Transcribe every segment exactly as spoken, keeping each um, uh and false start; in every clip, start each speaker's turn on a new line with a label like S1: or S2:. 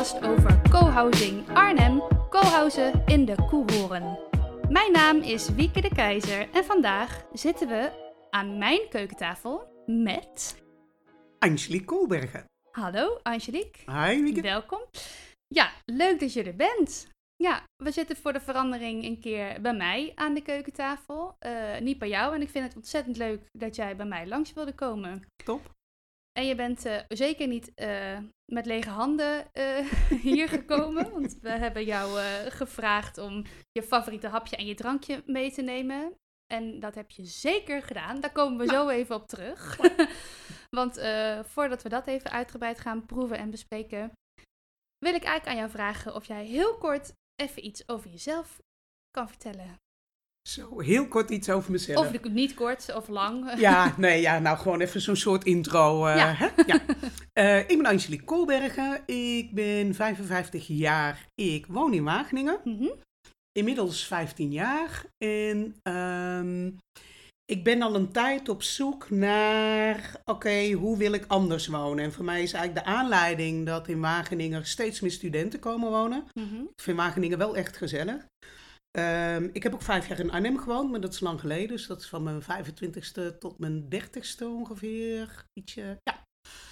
S1: podcast over cohousing Arnhem, cohousen in de Koehoorn. Mijn naam is Wieke de Keizer en vandaag zitten we aan mijn keukentafel met...
S2: Angelique Koolbergen.
S1: Hallo Angelique.
S2: Hi Wieke.
S1: Welkom. Ja, leuk dat je er bent. Ja, we zitten voor de verandering een keer bij mij aan de keukentafel. Uh, niet bij jou en ik vind het ontzettend leuk dat jij bij mij langs wilde komen.
S2: Top.
S1: En je bent uh, zeker niet uh, met lege handen uh, hier gekomen. Want we hebben jou uh, gevraagd om je favoriete hapje en je drankje mee te nemen. En dat heb je zeker gedaan. Daar komen we nou. zo even op terug. Want uh, voordat we dat even uitgebreid gaan proeven en bespreken, wil ik eigenlijk aan jou vragen of jij heel kort even iets over jezelf kan vertellen.
S2: Zo, heel kort iets over mezelf.
S1: Of niet kort of lang.
S2: Ja, nee, ja, nou gewoon even zo'n soort intro. Uh, ja. Hè? Ja. Uh, ik ben Angelique Koolbergen. Ik ben vijfenvijftig jaar. Ik woon in Wageningen. Mm-hmm. Inmiddels vijftien jaar. En um, ik ben al een tijd op zoek naar, oké, okay, hoe wil ik anders wonen? En voor mij is eigenlijk de aanleiding dat in Wageningen steeds meer studenten komen wonen. Mm-hmm. Ik vind Wageningen wel echt gezellig. Um, ik heb ook vijf jaar in Arnhem gewoond, maar dat is lang geleden. Dus dat is van mijn vijfentwintigste tot mijn dertigste ongeveer. Ietsje, ja.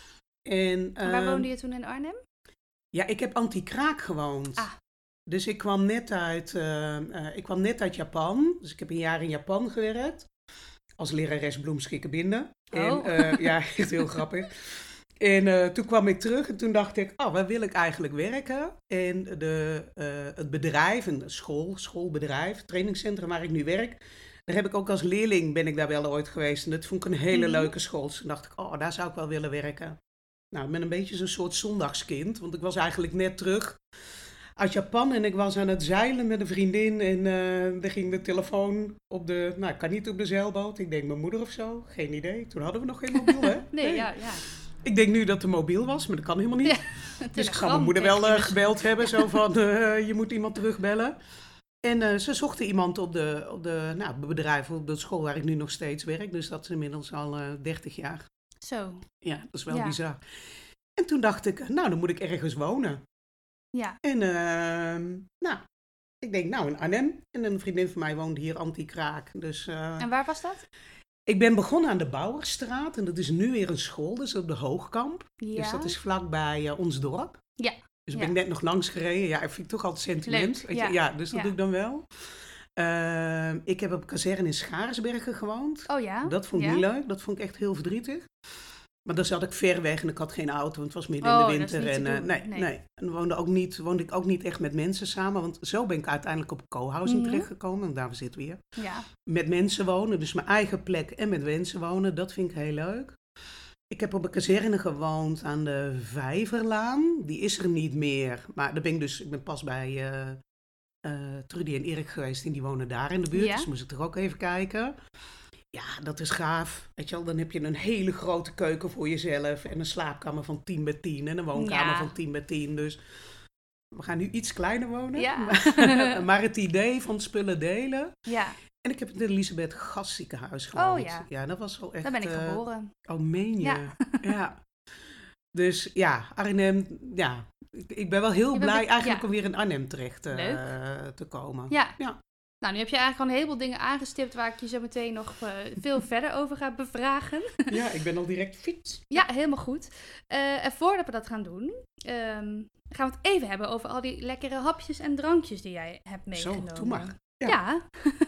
S2: En, um,
S1: Waar woonde je toen in Arnhem?
S2: Ja, ik heb anti-kraak gewoond. Ah. Dus ik kwam net uit, uh, uh, ik kwam net uit Japan. Dus ik heb een jaar in Japan gewerkt. Als lerares bloemschikken binden.
S1: Oh.
S2: En, uh, ja, echt heel grappig. En uh, toen kwam ik terug en toen dacht ik, oh, waar wil ik eigenlijk werken? En de, uh, het bedrijf, een school, schoolbedrijf, trainingscentrum waar ik nu werk, daar heb ik ook als leerling, ben ik daar wel ooit geweest. En dat vond ik een hele mm-hmm. leuke school. Dus toen dacht ik, oh, daar zou ik wel willen werken. Nou, ik ben een beetje zo'n soort zondagskind, want ik was eigenlijk net terug uit Japan en ik was aan het zeilen met een vriendin en uh, er ging de telefoon op de, nou, ik kan niet op de zeilboot. Ik denk mijn moeder of zo, geen idee. Toen hadden we nog geen mobiel, hè?
S1: nee, nee, ja, ja.
S2: Ik denk nu dat de mobiel was, maar dat kan helemaal niet. Ja, dus ik zou mijn moeder wel uh, gebeld hebben, zo van, uh, je moet iemand terugbellen. En uh, ze zochten iemand op de, op de nou, bedrijf, op de school waar ik nu nog steeds werk. Dus dat is inmiddels al uh, dertig jaar.
S1: Zo.
S2: Ja, dat is wel ja. bizar. En toen dacht ik, nou, dan moet ik ergens wonen.
S1: Ja.
S2: En uh, nou, ik denk, nou, in Arnhem. En een vriendin van mij woonde hier, anti-kraak. Dus, uh,
S1: en waar was dat?
S2: Ik ben begonnen aan de Bouwerstraat en dat is nu weer een school, dus op de Hoogkamp. Ja. Dus dat is vlakbij uh, ons dorp.
S1: Ja.
S2: Dus
S1: ja.
S2: ben ik net nog langs gereden. Ja, ik vind het toch altijd sentiment.
S1: Leuk. Ja.
S2: ja, dus dat
S1: ja.
S2: doe ik dan wel. Uh, ik heb op kazerne in Schaarsbergen gewoond.
S1: Oh ja?
S2: Dat vond ik
S1: ja.
S2: niet leuk, dat vond ik echt heel verdrietig. Maar dan zat ik ver weg en ik had geen auto, want het was midden
S1: oh,
S2: in de winter.
S1: Dat is niet
S2: en,
S1: te
S2: uh, nee,
S1: nee.
S2: nee. En woonde, ook niet, woonde ik ook niet echt met mensen samen, want zo ben ik uiteindelijk op cohousing mm-hmm. terechtgekomen. En daar zitten we hier.
S1: Ja.
S2: Met mensen wonen, dus mijn eigen plek en met mensen wonen, dat vind ik heel leuk. Ik heb op een kazerne gewoond aan de Vijverlaan. Die is er niet meer, maar daar ben ik dus, ik ben pas bij uh, uh, Trudy en Erik geweest en die wonen daar in de buurt. Ja. Dus moest ik er ook even kijken. Ja, dat is gaaf. Weet je wel, dan heb je een hele grote keuken voor jezelf en een slaapkamer van tien bij tien en een woonkamer ja. van tien bij tien. Dus we gaan nu iets kleiner wonen.
S1: Ja.
S2: Maar het idee van spullen delen.
S1: Ja.
S2: En ik heb in het Elisabeth Gasziekenhuis gewoond.
S1: Oh ja.
S2: Ja, dat was wel echt...
S1: Daar ben ik
S2: uh,
S1: geboren.
S2: Oh, meen je?
S1: Ja.
S2: ja. Dus ja, Arnhem, ja. Ik, ik ben wel heel
S1: je
S2: blij
S1: be-
S2: eigenlijk
S1: ja.
S2: om weer in Arnhem terecht uh, te komen.
S1: Ja.
S2: ja.
S1: Nou, nu heb je eigenlijk al een heleboel dingen aangestipt waar ik je zo meteen nog uh, veel verder over ga bevragen.
S2: Ja, ik ben al direct fiets.
S1: Ja, helemaal goed. Uh, en voordat we dat gaan doen, um, gaan we het even hebben over al die lekkere hapjes en drankjes die jij hebt meegenomen.
S2: Zo, doe maar. Ja.
S1: Ja.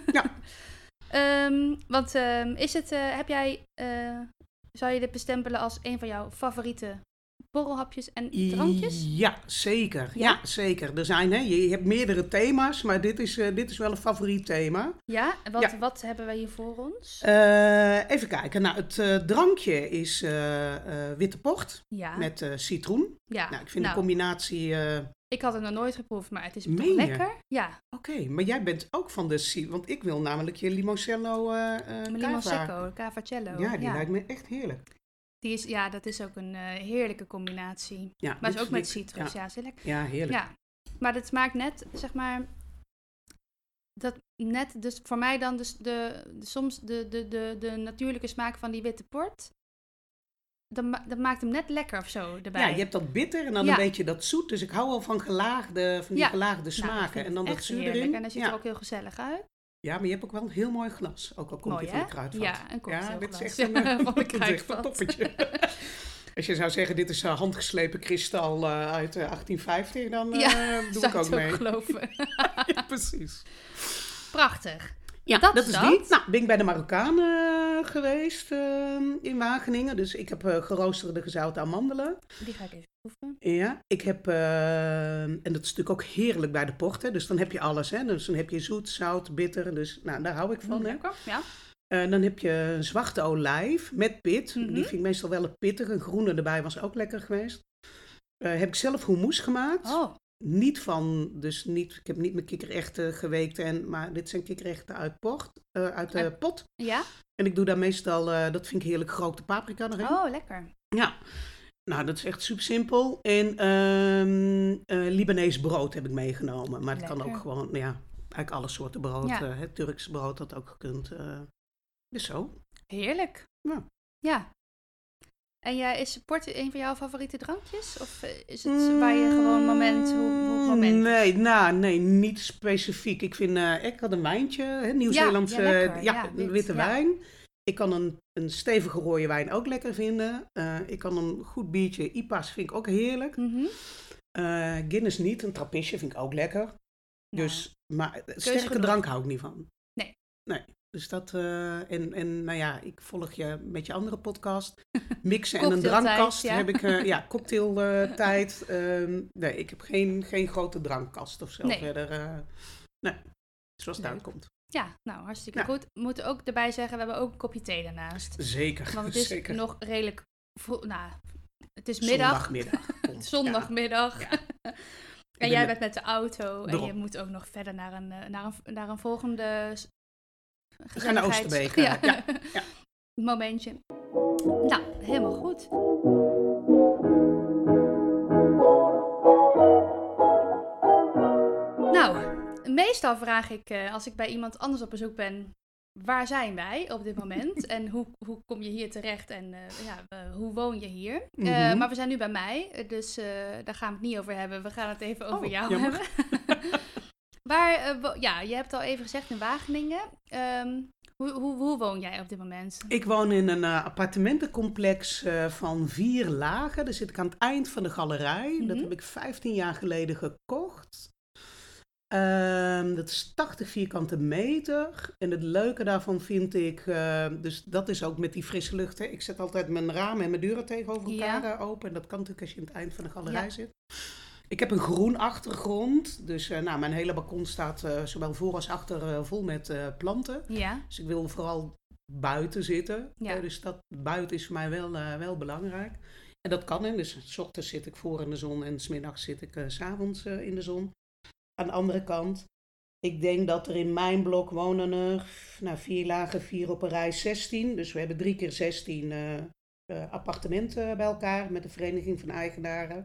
S2: ja.
S1: um, want um, is het, uh, heb jij, uh, zou je dit bestempelen als een van jouw favoriete borrelhapjes en drankjes?
S2: Ja, zeker. Ja, ja zeker. Er zijn, hè, je hebt meerdere thema's, maar dit is, uh, dit is wel een favoriet thema.
S1: Ja, en wat, ja. wat hebben wij hier voor ons?
S2: Uh, even kijken. Nou, het uh, drankje is uh, uh, witte port ja. met uh, citroen.
S1: Ja.
S2: Nou, ik vind
S1: nou,
S2: de combinatie... Uh,
S1: ik had het nog nooit geproefd, maar het is
S2: toch
S1: lekker. Ja.
S2: Oké, okay, maar jij bent ook van de... Want ik wil namelijk je limoncello uh, uh,
S1: Limon secco, cavacello.
S2: Ja, die
S1: ja.
S2: lijkt me echt heerlijk.
S1: Die is, ja, dat is ook een uh, heerlijke combinatie.
S2: Ja,
S1: maar is ook met
S2: ik,
S1: citrus, ja,
S2: ja
S1: is heel lekker.
S2: Ja, heerlijk.
S1: Ja, maar het smaakt net, zeg maar, dat net, dus voor mij dan dus de, de soms de, de, de, de natuurlijke smaak van die witte port. dat, ma- dat maakt hem net lekker of zo erbij.
S2: Ja, je hebt dat bitter en dan
S1: Ja.
S2: een beetje dat zoet. Dus ik hou wel van gelaagde, van die
S1: Ja.
S2: gelaagde
S1: Nou, ik
S2: smaken.
S1: vind
S2: En dan
S1: het
S2: dat
S1: echt
S2: zuur
S1: heerlijk.
S2: erin.
S1: En dat ziet
S2: ja.
S1: er ook heel gezellig uit.
S2: ja, maar je hebt ook wel een heel mooi glas. Ook al komt
S1: Mooi,
S2: je van de
S1: hè?
S2: kruidvat.
S1: Ja, een cocktailglas.
S2: Ja, dit is echt
S1: Ja,
S2: een, eh,
S1: van de
S2: dit is echt een
S1: kruidvat.
S2: toppertje. Als je zou zeggen, dit is uh, handgeslepen kristal uh, uit uh, achttien vijftig, dan uh,
S1: Ja,
S2: doe
S1: zou
S2: ik ook
S1: het ook
S2: mee.
S1: geloven.
S2: Ja, precies.
S1: Prachtig.
S2: Ja,
S1: Dat
S2: dat,
S1: is
S2: is
S1: dat.
S2: die. Nou, ben ik bij de Marokkanen geweest uh, in Wageningen. Dus ik heb uh, geroosterde gezouten amandelen.
S1: Die ga ik even proeven.
S2: Ja, ik heb, uh, en dat is natuurlijk ook heerlijk bij de port, hè. Dus dan heb je alles, hè. Dus dan heb je zoet, zout, bitter, dus nou, daar hou ik van,
S1: Mm,
S2: hè.
S1: lekker, ja.
S2: Uh, dan heb je een zwarte olijf met pit.
S1: Mhm.
S2: Die vind ik meestal wel een pittig. Een groene erbij was ook lekker geweest. Uh, heb ik zelf hummus gemaakt.
S1: Oh,
S2: Niet van, dus niet, ik heb niet met kikkererwten geweekt, en, maar dit zijn kikkererwten uit, port, uh, uit de
S1: Uit-
S2: pot.
S1: ja?
S2: En ik doe daar meestal, uh, dat vind ik heerlijk, grote paprika erin.
S1: Oh, lekker.
S2: Ja, nou dat is echt super simpel. En um, uh, Libanees brood heb ik meegenomen. Maar het kan
S1: Lekker.
S2: ook gewoon, ja, eigenlijk alle soorten brood.
S1: Ja.
S2: Uh, het Turks brood had ook gekund. Uh, dus zo.
S1: Heerlijk.
S2: Ja.
S1: Ja. En ja, is port een van jouw favoriete drankjes? Of eh, is het waar je gewoon moment, hoe, hoe het moment is?
S2: Nee, nou, nee, niet specifiek. Ik vind, uh, ik had een wijntje, hè, Nieuw-Zeelandse,
S1: Ja, ja,
S2: ja,
S1: lekker. Ja, wit,
S2: witte
S1: ja.
S2: wijn. Ik kan een, een stevige rode wijn ook lekker vinden. Uh, ik kan een goed biertje, I P A's vind ik ook heerlijk.
S1: Mhm.
S2: Uh, Guinness niet, een trappistje vind ik ook lekker.
S1: Nou,
S2: Dus, maar sterke
S1: genoeg.
S2: drank hou ik niet van.
S1: Nee.
S2: Nee. Dus dat, uh, en, en nou ja, ik volg je met je andere podcast. Mixen en een
S1: Cocktailtijd,
S2: drankkast
S1: ja.
S2: heb ik, uh, ja, cocktailtijd. Um, nee, ik heb geen, geen grote drankkast of zo
S1: Nee.
S2: verder. Uh, nee, zoals het
S1: Leuk.
S2: uitkomt.
S1: Ja, nou, hartstikke
S2: Ja.
S1: goed. We moeten ook erbij zeggen, we hebben ook een kopje thee daarnaast.
S2: Zeker,
S1: Want het is
S2: zeker.
S1: nog redelijk vroeg. Nou, het is middag.
S2: Zondagmiddag. Komt,
S1: Zondagmiddag.
S2: Ja.
S1: En
S2: ben
S1: jij
S2: met-
S1: bent met de auto en
S2: Erop.
S1: je moet ook nog verder naar een, eh, naar een, naar een volgende s-
S2: We gaan naar
S1: gezelligheids-
S2: Oosterbeek. uh, ja, ja.
S1: momentje. Nou, helemaal goed. Nou, meestal vraag ik eh, als ik bij iemand anders op bezoek ben, waar zijn wij op dit moment? En hoe, hoe kom je hier terecht en eh, ja, eh, hoe woon je hier? Eh,
S2: Mhm.
S1: maar we zijn nu bij mij, eh, dus eh, daar gaan we het niet over hebben. We gaan het even over
S2: Oh,
S1: jou
S2: jammer.
S1: hebben. Waar, eh, wo- ja, je hebt al even gezegd in Wageningen. Ehm, hoe, hoe, hoe woon jij op dit moment?
S2: Ik woon in een uh, appartementencomplex uh, van vier lagen. Daar zit ik aan het eind van de galerij. Dat
S1: Mhm.
S2: heb ik vijftien jaar geleden gekocht. Um, dat is tachtig vierkante meter. En het leuke daarvan vind ik, uh, dus dat is ook met die frisse lucht. Hè. Ik zet altijd mijn ramen en mijn deuren tegenover elkaar
S1: Ja.
S2: uh, open. En dat kan natuurlijk als je aan het eind van de galerij
S1: Ja.
S2: zit. Ik heb een groen achtergrond. Dus uh, nou, mijn hele balkon staat uh, zowel voor als achter uh, vol met uh, planten.
S1: Ja,
S2: Dus ik wil vooral buiten zitten.
S1: Ja.
S2: Uh, dus dat buiten is voor mij wel, uh, wel belangrijk. En dat kan. Hè. Dus 's ochtends zit ik voor in de zon en 's middags zit ik uh, 's avonds uh, in de zon. Aan de andere kant, ik denk dat er in mijn blok wonen er nou, vier lagen, vier op een rij, zestien. Dus we hebben drie keer zestien uh, uh, appartementen bij elkaar met de Vereniging van Eigenaren.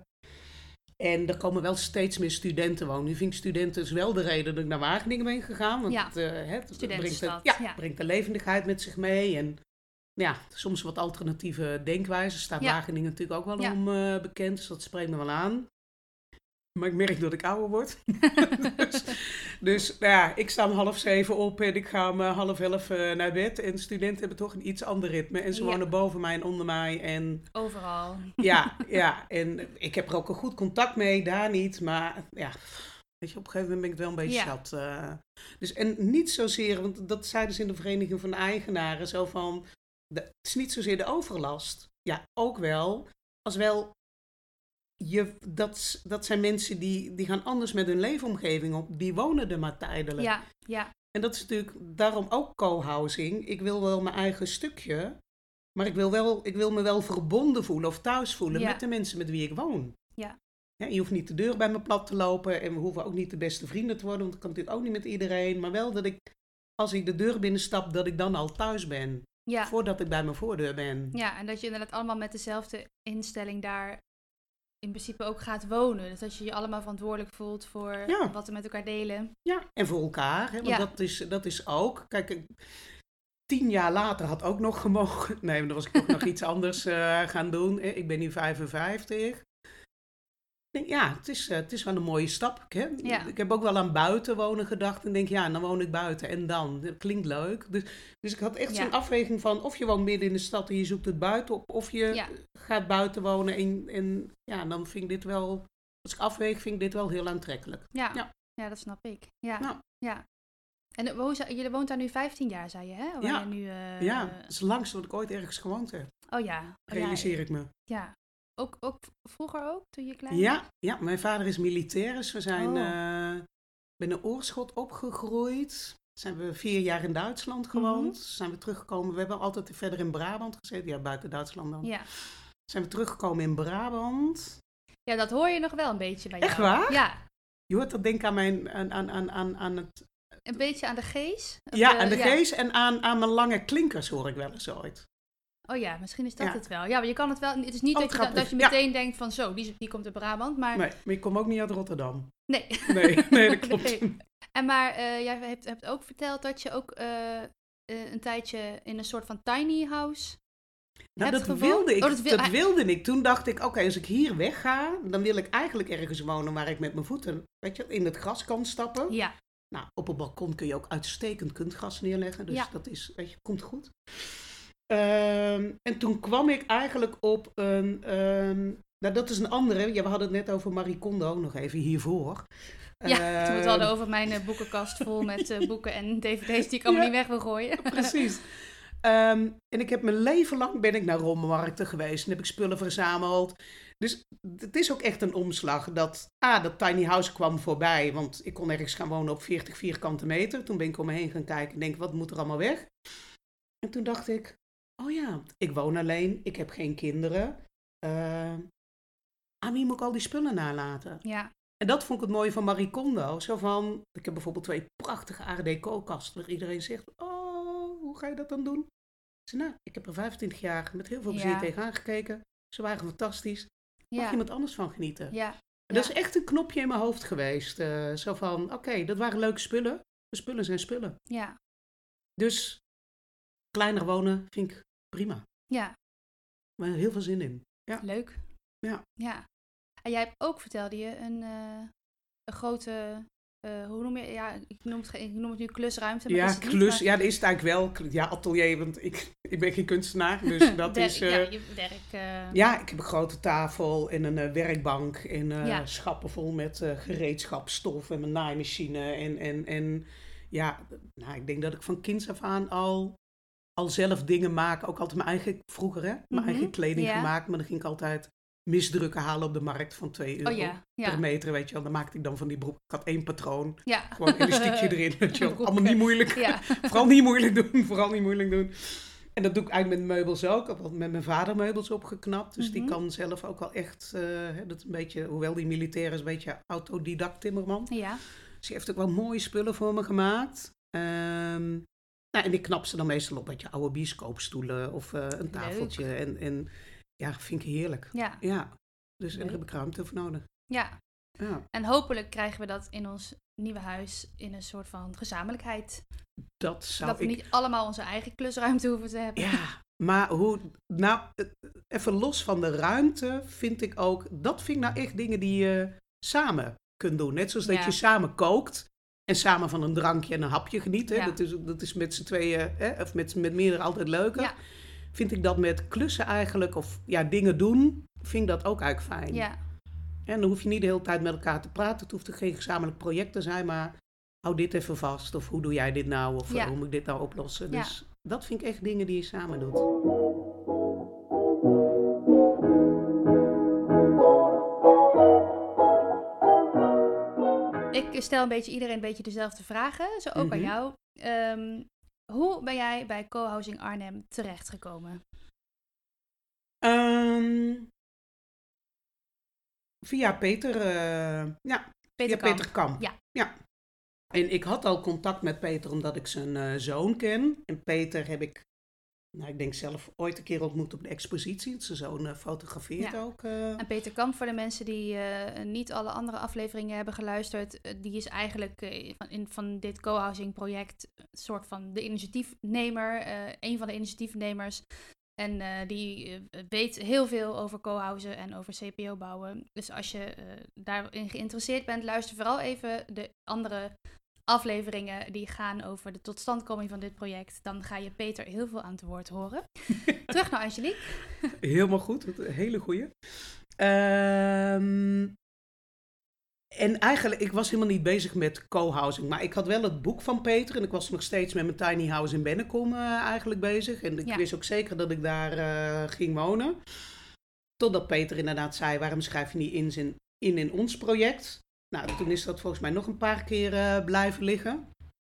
S2: En er komen wel steeds meer studenten wonen. Nu vind ik studenten dus wel de reden dat ik naar Wageningen ben gegaan. Want
S1: Ja,
S2: het, uh, het brengt, het,
S1: studentenstad,
S2: ja,
S1: ja.
S2: brengt de levendigheid met zich mee. En ja, soms wat alternatieve denkwijzen. Staat
S1: Ja.
S2: Wageningen natuurlijk ook wel
S1: Ja.
S2: om uh, bekend. Dus dat spreekt me wel aan. Maar ik merk dat ik ouder word. dus dus nou ja, ik sta om half zeven op en ik ga om uh, half elf uh, naar bed. En studenten hebben toch een iets ander ritme. En ze
S1: Ja.
S2: wonen boven mij en onder mij. En
S1: overal.
S2: ja, ja, en ik heb er ook een goed contact mee, daar niet. Maar ja, weet je, op een gegeven moment ben ik het wel een beetje
S1: Ja.
S2: zat. Uh, dus, en niet zozeer, want dat zeiden ze in de Vereniging van Eigenaren, zo van, de, het is niet zozeer de overlast. Ja, ook wel, als wel, je, dat, dat zijn mensen die, die gaan anders met hun leefomgeving op, die wonen er maar tijdelijk.
S1: Ja, ja,
S2: En dat is natuurlijk daarom ook co-housing. Ik wil wel mijn eigen stukje, maar ik wil, wel, ik wil me wel verbonden voelen of thuis voelen
S1: Ja.
S2: met de mensen met wie ik woon.
S1: Ja.
S2: Ja, je hoeft niet de deur bij me plat te lopen en we hoeven ook niet de beste vrienden te worden, want dat kan natuurlijk ook niet met iedereen. Maar wel dat ik, als ik de deur binnenstap, dat ik dan al thuis ben,
S1: ja.
S2: voordat ik bij mijn voordeur ben.
S1: Ja, en dat je inderdaad allemaal met dezelfde instelling daar in principe ook gaat wonen. Dus dat je je allemaal verantwoordelijk voelt voor
S2: Ja.
S1: wat we met elkaar delen.
S2: Ja, en voor elkaar, hè, want
S1: Ja.
S2: dat, is, dat is ook, kijk, ik- tien jaar later had ook nog gemogen. Nee, dan was ik toch nog iets anders uh, gaan doen. Ik ben nu vijfenvijftig. Ik denk, ja, het is, uh, het is wel een mooie stap. Hè?
S1: Ja.
S2: Ik heb ook wel aan buiten wonen gedacht. En denk, ja, dan woon ik buiten. En dan? Dat klinkt leuk. Dus, dus ik had echt ja. zo'n afweging van of je woont midden in de stad en je zoekt het buiten op. Of je ja. gaat buiten wonen. En, en ja, dan vind ik dit wel, als ik afweeg, vind ik dit wel heel aantrekkelijk.
S1: Ja, ja. ja dat snap ik. Ja, nou. ja. En hoe, je woont daar nu vijftien jaar, zei je, hè? Waar
S2: ja,
S1: je nu, uh,
S2: ja, dat is het langste wat ik ooit ergens gewoond heb.
S1: Oh ja.
S2: Realiseer
S1: oh, ja.
S2: ik me.
S1: Ja. Ook, ook vroeger ook, toen je klein
S2: ja,
S1: was?
S2: Ja, mijn vader is militair, dus we zijn
S1: oh.
S2: uh, bij een Oorschot opgegroeid. Zijn we vier jaar in Duitsland gewoond. Mm-hmm. Zijn we teruggekomen, we hebben altijd verder in Brabant gezeten. Ja, buiten Duitsland dan.
S1: Ja.
S2: Zijn we teruggekomen in Brabant.
S1: Ja, dat hoor je nog wel een beetje bij jou.
S2: Echt waar?
S1: Ja.
S2: Je hoort dat denk ik aan, mijn, aan, aan, aan, aan, aan het...
S1: Een beetje aan de gees?
S2: Ja, de, aan de ja. gees en aan, aan mijn lange klinkers hoor ik wel eens ooit.
S1: Oh ja, misschien is dat ja. het wel. Ja, maar je kan het wel... Het is niet
S2: oh,
S1: dat, je, dat je meteen ja. denkt van zo, die, die komt uit Brabant, maar...
S2: Nee, maar ik kom ook niet uit Rotterdam.
S1: Nee.
S2: Nee, nee dat klopt. Nee.
S1: En maar uh, jij hebt, hebt ook verteld dat je ook uh, uh, een tijdje in een soort van tiny house
S2: nou,
S1: hebt
S2: dat
S1: gewoond.
S2: wilde ik.
S1: Oh,
S2: dat, wil, dat wilde ik. Toen dacht ik, oké, okay, als ik hier wegga, dan wil ik eigenlijk ergens wonen waar ik met mijn voeten, weet je, in het gras kan stappen.
S1: Ja.
S2: Nou, op een balkon kun je ook uitstekend kunstgras neerleggen, dus ja. dat is, weet je, komt goed. Um, en toen kwam ik eigenlijk op een, um, nou dat is een andere, ja, we hadden het net over Marie Kondo, nog even hiervoor.
S1: Ja, uh, toen we het hadden over mijn uh, boekenkast vol met uh, boeken en dvd's die ik allemaal ja, niet weg wil gooien.
S2: Precies. Um, en ik heb mijn leven lang ben ik naar rommelmarkten geweest en heb ik spullen verzameld. Dus het is ook echt een omslag dat, ah, dat tiny house kwam voorbij, want ik kon ergens gaan wonen op veertig vierkante meter. Toen ben ik om me heen gaan kijken en denk, wat moet er allemaal weg? En toen dacht ik, oh ja, ik woon alleen, ik heb geen kinderen. Uh, aan wie moet ik al die spullen nalaten?
S1: Ja.
S2: En dat vond ik het mooie van Marie Kondo. Zo van, ik heb bijvoorbeeld twee prachtige Art Deco kasten waar iedereen zegt, oh, hoe ga je dat dan doen? Ik zei, nou, ik heb er vijfentwintig jaar met heel veel plezier ja. tegenaan gekeken. Ze waren fantastisch. Mag ja. iemand anders van genieten?
S1: Ja.
S2: En dat ja. is echt een knopje in mijn hoofd geweest. Uh, zo van, oké, okay, dat waren leuke spullen. De spullen zijn spullen.
S1: Ja.
S2: Dus kleiner wonen vind ik prima.
S1: Ja.
S2: Maar heel veel zin in. Ja.
S1: Leuk.
S2: Ja.
S1: Ja. En jij hebt ook, vertelde je, een, uh, een grote, uh, hoe noem je, ja, ik noem het, ik noem het nu klusruimte. Maar
S2: ja,
S1: is het
S2: klus,
S1: niet,
S2: ja, dat is het eigenlijk wel. Ja, atelier, want ik, ik ben geen kunstenaar, dus dat
S1: Derk,
S2: is... Uh,
S1: ja, je werk... Uh...
S2: Ja, ik heb een grote tafel en een uh, werkbank en uh,
S1: ja.
S2: schappen vol met uh, gereedschapsstof en mijn naaimachine. En, en, en ja, nou, ik denk dat ik van kinds af aan al... al zelf dingen maken, ook altijd mijn eigen, vroeger hè, mijn mm-hmm. eigen kleding ja. gemaakt, maar dan ging ik altijd misdrukken halen op de markt van twee euro
S1: oh, ja. Ja.
S2: per meter, weet je wel. Dan maakte ik dan van die broek, ik had één patroon,
S1: ja.
S2: gewoon een elastiekje erin, weet je wel. Allemaal niet moeilijk, ja. vooral niet moeilijk doen, vooral niet moeilijk doen. En dat doe ik eigenlijk met meubels ook, ik heb met mijn vader meubels opgeknapt, dus mm-hmm. die kan zelf ook wel echt, uh, dat een beetje, hoewel die militair is, een beetje autodidact timmerman.
S1: Ja.
S2: Dus die heeft ook wel mooie spullen voor me gemaakt. Um, Nou, en ik knap ze dan meestal op met je oude bioscoopstoelen of uh, een tafeltje. En, en ja, vind ik heerlijk.
S1: Ja.
S2: ja. Dus en daar heb ik ruimte voor nodig.
S1: Ja.
S2: ja.
S1: En hopelijk krijgen we dat in ons nieuwe huis in een soort van gezamenlijkheid.
S2: Dat zou
S1: Dat we
S2: ik...
S1: niet allemaal onze eigen klusruimte hoeven te hebben.
S2: Ja, maar hoe... Nou, even los van de ruimte vind ik ook... Dat vind ik nou echt dingen die je samen kunt doen. Net zoals dat ja. je samen kookt. En samen van een drankje en een hapje genieten. Ja. Dat, is, dat is met z'n tweeën, hè, of met, met meerdere altijd leuker. Ja. Vind ik dat met klussen eigenlijk, of ja, dingen doen, vind ik dat ook eigenlijk fijn.
S1: Ja.
S2: En dan hoef je niet de hele tijd met elkaar te praten. Het hoeft er geen gezamenlijk project te zijn, maar hou dit even vast. Of hoe doe jij dit nou? Of ja. hoe moet ik dit nou oplossen? Ja. Dus dat vind ik echt dingen die je samen doet.
S1: Ik stel een beetje iedereen een beetje dezelfde vragen, zo ook mm-hmm. aan jou. Um, hoe ben jij bij Co-housing Arnhem terechtgekomen?
S2: Um, via Peter, uh, ja,
S1: Peter
S2: via
S1: Kamp.
S2: Peter Kamp.
S1: Ja.
S2: ja. En ik had al contact met Peter omdat ik zijn uh, zoon ken. En Peter heb ik Nou, ik denk zelf ooit een keer ontmoet op de expositie. Dat zijn zoon uh, fotografeert
S1: ja.
S2: ook. Uh...
S1: En Peter Kamp, voor de mensen die uh, niet alle andere afleveringen hebben geluisterd, uh, die is eigenlijk uh, van, in, van dit co-housing project een soort van de initiatiefnemer, uh, een van de initiatiefnemers. En uh, die uh, weet heel veel over co-housen en over C P O bouwen. Dus als je uh, daarin geïnteresseerd bent, luister vooral even de andere afleveringen die gaan over de totstandkoming van dit project. Dan ga je Peter heel veel aan het woord horen. Terug naar Angelique.
S2: Helemaal goed, een hele goeie. Um, en eigenlijk, ik was helemaal niet bezig met co-housing, maar ik had wel het boek van Peter en ik was nog steeds met mijn tiny house in Bennekom uh, eigenlijk bezig. En ik ja. wist ook zeker dat ik daar uh, ging wonen. Totdat Peter inderdaad zei, waarom schrijf je niet in in, in, in ons project? Nou, toen is dat volgens mij nog een paar keer uh, blijven liggen.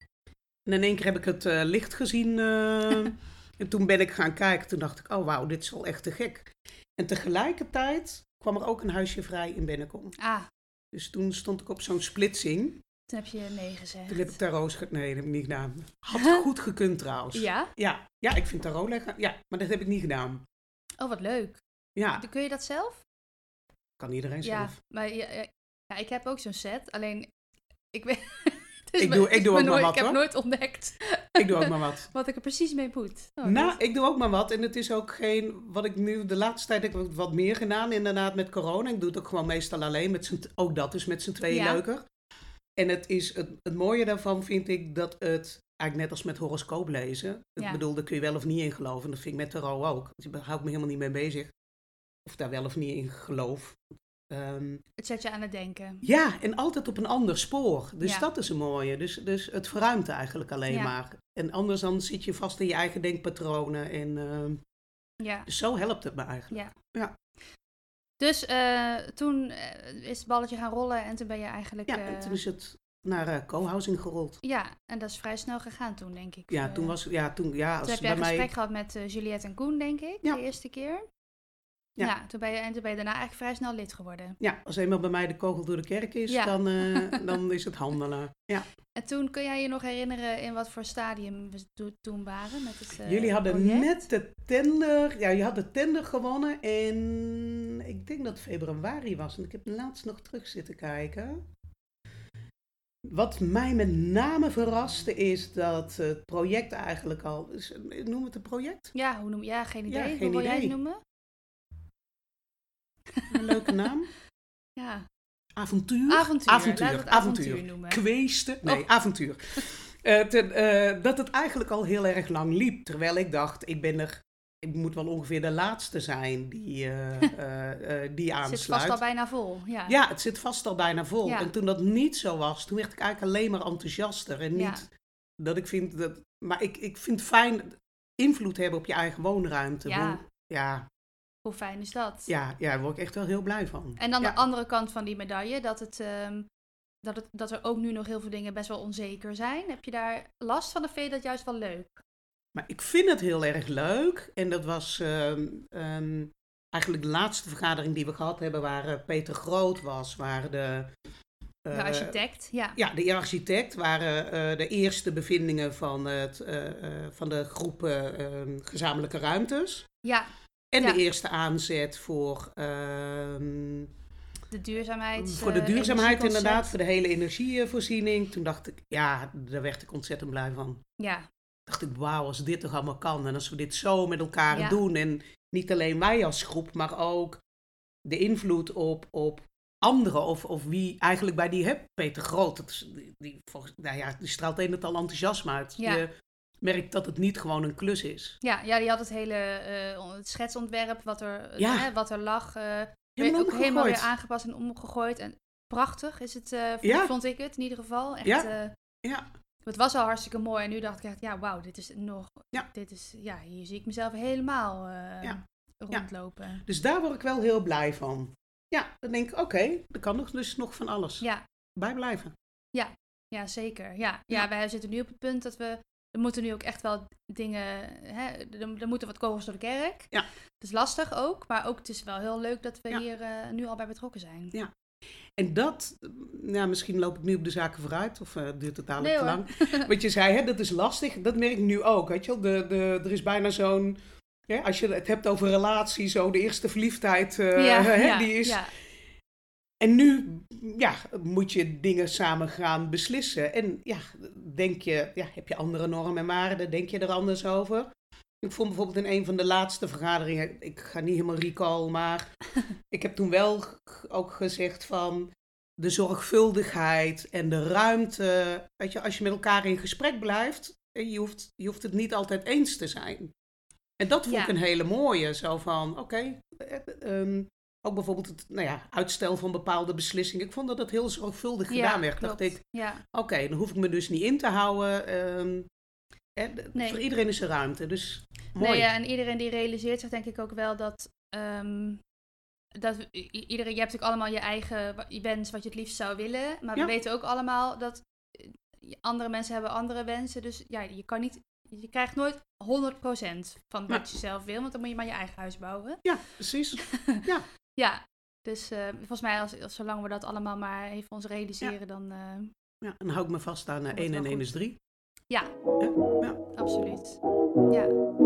S2: En in één keer heb ik het uh, licht gezien. Uh, en toen ben ik gaan kijken. Toen dacht ik, oh wauw, dit is wel echt te gek. En tegelijkertijd kwam er ook een huisje vrij in Bennekom.
S1: Ah.
S2: Dus toen stond ik op zo'n splitsing.
S1: Toen heb je nee gezegd.
S2: Toen heb ik tarot ge- Nee, dat heb ik niet gedaan. Had goed gekund trouwens.
S1: Ja?
S2: Ja, ja ik vind tarot lekker. Ja, maar dat heb ik niet gedaan.
S1: Oh, wat leuk.
S2: Ja.
S1: Kun je dat zelf?
S2: Kan iedereen
S1: ja,
S2: zelf.
S1: Maar ja, ja, ik heb ook zo'n set. Alleen, ik weet...
S2: ik me, doe, ik doe ook
S1: nooit,
S2: maar wat,
S1: Ik heb
S2: hoor.
S1: nooit ontdekt
S2: ik doe ook maar wat.
S1: wat ik er precies mee moet. Oh,
S2: nou, ik doe ook maar wat. En het is ook geen... Wat ik nu... De laatste tijd heb ik wat meer gedaan, inderdaad, met corona. Ik doe het ook gewoon meestal alleen. Met z'n, ook dat is met z'n tweeën ja. leuker. En het, is, het, het mooie daarvan vind ik dat het... Eigenlijk net als met horoscoop lezen. Ik ja. bedoel, daar kun je wel of niet in geloven. Dat vind ik met tarot ook. Dus daar hou ik me helemaal niet mee bezig. Of daar wel of niet in geloof. Um,
S1: het zet je aan het denken.
S2: Ja, en altijd op een ander spoor. Dus
S1: ja.
S2: dat is een mooie. Dus, dus het verruimt eigenlijk alleen ja. maar. En anders dan zit je vast in je eigen denkpatronen. En, uh,
S1: ja.
S2: Dus zo helpt het me eigenlijk.
S1: Ja.
S2: Ja.
S1: Dus uh, toen uh, is het balletje gaan rollen en toen ben je eigenlijk...
S2: Ja, en toen is het naar uh, co-housing gerold.
S1: Ja, en dat is vrij snel gegaan toen, denk ik.
S2: Ja, toen was... Ja, toen, ja, als
S1: toen heb je
S2: bij
S1: een gesprek
S2: mij...
S1: gehad met uh, Juliette en Koen, denk ik, ja. de eerste keer. Ja, ja toen, ben je, en toen ben je daarna eigenlijk vrij snel lid geworden.
S2: Ja, als eenmaal bij mij de kogel door de kerk is, ja. dan, uh, dan is het handelen. Ja.
S1: En toen, kun jij je nog herinneren in wat voor stadium we to- toen waren? Met het, uh,
S2: Jullie hadden
S1: project?
S2: net de tender, ja, je had de tender gewonnen en ik denk dat het februari was. En ik heb laatst nog terug zitten kijken. Wat mij met name verraste is dat het project eigenlijk al... Noem het een project?
S1: Ja, hoe noem je? Ja, geen idee.
S2: Ja, geen
S1: hoe wil
S2: idee.
S1: jij het noemen?
S2: Een leuke naam.
S1: Ja.
S2: Avontuur?
S1: Avontuur.
S2: Avontuur.
S1: Laat het
S2: avontuur.
S1: avontuur noemen.
S2: Kweesten? Nee, oh. avontuur. uh, ten, uh, dat het eigenlijk al heel erg lang liep. Terwijl ik dacht, ik ben er... Ik moet wel ongeveer de laatste zijn die, uh, uh, uh, die aansluit.
S1: Het zit vast al bijna vol. Ja,
S2: ja het zit vast al bijna vol.
S1: Ja.
S2: En toen dat niet zo was, toen werd ik eigenlijk alleen maar enthousiaster. En niet
S1: ja.
S2: dat ik vind dat... Maar ik, ik vind het fijn invloed hebben op je eigen woonruimte.
S1: Ja.
S2: Want, ja.
S1: Hoe fijn is dat?
S2: Ja, ja, daar word ik echt wel heel blij van.
S1: En dan
S2: ja.
S1: de andere kant van die medaille, dat, het, um, dat, het, dat er ook nu nog heel veel dingen best wel onzeker zijn. Heb je daar last van of vind je dat juist wel leuk?
S2: Maar ik vind het heel erg leuk. En dat was um, um, eigenlijk de laatste vergadering die we gehad hebben, waar uh, Peter Groot was, waar de...
S1: Uh, de architect, ja.
S2: Ja, de architect waren uh, de eerste bevindingen van, het, uh, uh, van de groep uh, uh, gezamenlijke ruimtes.
S1: Ja.
S2: En
S1: ja.
S2: de eerste aanzet voor... Uh,
S1: de duurzaamheid.
S2: Voor de duurzaamheid inderdaad, voor de hele energievoorziening. Toen dacht ik, ja, daar werd ik ontzettend blij van.
S1: Ja.
S2: Dacht ik, wauw, als dit toch allemaal kan. En als we dit zo met elkaar
S1: ja.
S2: doen. En niet alleen wij als groep, maar ook de invloed op, op anderen. Of, of wie eigenlijk bij die hebt. Peter Groot, dat is, die, die, volgens, nou ja, die straalt een het al enthousiasme uit.
S1: Ja.
S2: Je merkt dat het niet gewoon een klus is.
S1: Ja, ja die had het hele uh, het schetsontwerp wat er,
S2: ja.
S1: hè, wat er lag. Uh,
S2: helemaal
S1: ook helemaal weer aangepast en omgegooid. En prachtig is het, uh, vond,
S2: ja.
S1: vond ik het in ieder geval. Echt,
S2: ja.
S1: Uh,
S2: ja.
S1: Het was al hartstikke mooi en nu dacht ik echt, ja, wauw, dit is nog,
S2: ja.
S1: dit is, ja, hier zie ik mezelf helemaal uh,
S2: ja.
S1: rondlopen.
S2: Ja. Dus daar word ik wel heel blij van. Ja, dan denk ik, oké, okay, er kan nog, dus nog van alles
S1: ja.
S2: bij blijven.
S1: Ja, ja zeker. Ja. Ja, ja, wij zitten nu op het punt dat we, er moeten nu ook echt wel dingen, hè, er, er moeten wat kogels door de kerk.
S2: Ja.
S1: Het is lastig ook, maar ook het is wel heel leuk dat we
S2: ja.
S1: hier uh, nu al bij betrokken zijn.
S2: Ja. En dat, nou, misschien loop ik nu op de zaken vooruit, of uh, duurt het dadelijk
S1: nee,
S2: te lang. Wat je zei, hè, dat is lastig, dat merk ik nu ook. Weet je wel? De, de, er is bijna zo'n, ja, als je het hebt over relatie, zo de eerste verliefdheid, uh,
S1: ja,
S2: hè,
S1: ja,
S2: die is...
S1: Ja.
S2: En nu, ja, moet je dingen samen gaan beslissen. En ja, denk je, ja, heb je andere normen en waarden, denk je er anders over? Ik vond bijvoorbeeld in een van de laatste vergaderingen, ik ga niet helemaal recall, maar ik heb toen wel ook gezegd van de zorgvuldigheid en de ruimte. Weet je, als je met elkaar in gesprek blijft, je hoeft, je hoeft het niet altijd eens te zijn. En dat vond
S1: Ja.
S2: ik een hele mooie, zo van, oké, okay, um, ook bijvoorbeeld het nou ja, uitstel van bepaalde beslissingen. Ik vond dat dat heel zorgvuldig
S1: Ja,
S2: gedaan werd.
S1: klopt.
S2: Dacht ik,
S1: Ja.
S2: oké, okay, dan hoef ik me dus niet in te houden. Um, hè,
S1: Nee.
S2: Voor iedereen is er ruimte, dus mooi.
S1: Nee, ja, en iedereen die realiseert zich denk ik ook wel dat... Um, dat i- iedereen, je hebt natuurlijk allemaal je eigen wens wat je het liefst zou willen. Maar
S2: Ja.
S1: we weten ook allemaal dat andere mensen hebben andere wensen. Dus ja, je kan niet... Je krijgt nooit honderd procent van wat
S2: Ja.
S1: je zelf wil. Want dan moet je maar je eigen huis bouwen.
S2: Ja, precies. Ja.
S1: Ja, dus uh, volgens mij als, als zolang we dat allemaal maar even ons realiseren,
S2: Ja.
S1: dan... Uh,
S2: Ja, dan hou ik me vast aan uh, één en één is drie.
S1: Ja,
S2: ja. ja.
S1: absoluut. Ja.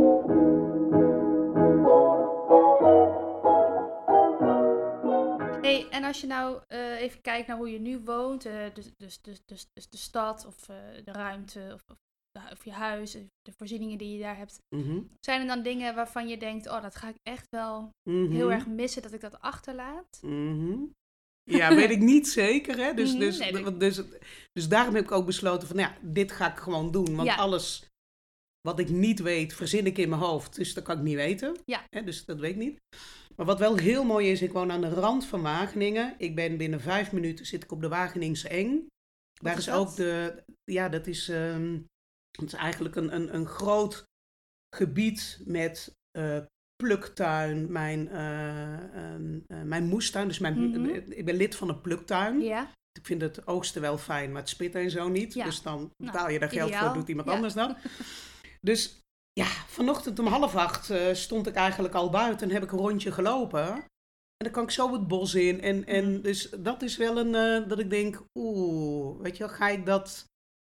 S1: Hey, en als je nou uh, even kijkt naar hoe je nu woont, uh, dus, dus, dus, dus, dus de stad of uh, de ruimte of, of, de, of je huis, de voorzieningen die je daar hebt.
S2: Mm-hmm.
S1: Zijn er dan dingen waarvan je denkt, oh, dat ga ik echt wel
S2: mm-hmm.
S1: heel erg missen dat ik dat achterlaat?
S2: Mm-hmm. Ja, weet ik niet zeker. Hè? Dus,
S1: Mm-hmm.
S2: dus,
S1: nee,
S2: dus, dus, dus daarom heb ik ook besloten van, nou ja, dit ga ik gewoon doen. Want
S1: ja.
S2: alles wat ik niet weet, verzin ik in mijn hoofd. Dus dat kan ik niet weten.
S1: Ja.
S2: Hè? Dus dat weet ik niet. Maar wat wel heel mooi is, ik woon aan de rand van Wageningen. Ik ben binnen vijf minuten zit ik op de Wageningse Eng. Daar is, is ook de, ja, dat is, um, dat is eigenlijk een, een, een groot gebied met uh, pluktuin, mijn, uh, um, uh, mijn moestuin. Dus mijn, mm-hmm. ik ben lid van een pluktuin.
S1: Ja.
S2: Ik vind het oogsten wel fijn, maar het spitten en zo niet.
S1: Ja.
S2: Dus dan betaal
S1: nou,
S2: je daar geld
S1: ideaal.
S2: voor, doet iemand
S1: ja.
S2: anders dan. Dus ja, vanochtend om half acht uh, stond ik eigenlijk al buiten en heb ik een rondje gelopen. En dan kan ik zo het bos in. En, en dus dat is wel een, uh, dat ik denk, oeh, weet je wel, ga ik dat...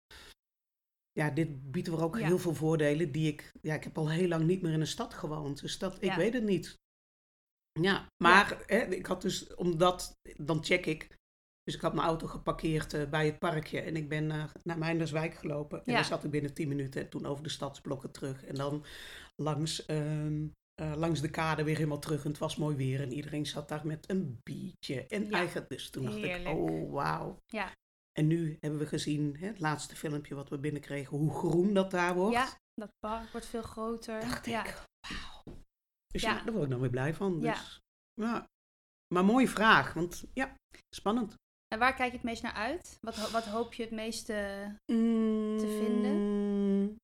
S2: Ja, dit biedt er ook ja. heel veel voordelen die ik... Ja, ik heb al heel lang niet meer in een stad gewoond, dus dat, ik ja. weet het niet. Ja, maar ja. Hè, ik had dus, omdat, dan check ik. Dus ik had mijn auto geparkeerd uh, bij het parkje en ik ben uh, naar Meinderswijk gelopen. En ja. dan zat ik binnen tien minuten en toen over de stadsblokken terug. En dan langs, uh, uh, langs de kade weer helemaal terug en het was mooi weer. En iedereen zat daar met een biertje en ja. eigen... Dus toen dacht
S1: Heerlijk.
S2: ik, oh wauw.
S1: Ja.
S2: En nu hebben we gezien, hè, het laatste filmpje wat we binnenkregen, hoe groen dat daar wordt.
S1: Ja, dat park wordt veel groter.
S2: Dacht
S1: ja.
S2: ik, wauw. Dus ja.
S1: Ja.
S2: ja, daar word ik dan weer blij van.
S1: Ja.
S2: Dus, ja. Maar mooie vraag, want ja, spannend.
S1: En waar kijk je het meest naar uit? Wat, wat hoop je het meeste
S2: mm,
S1: te vinden?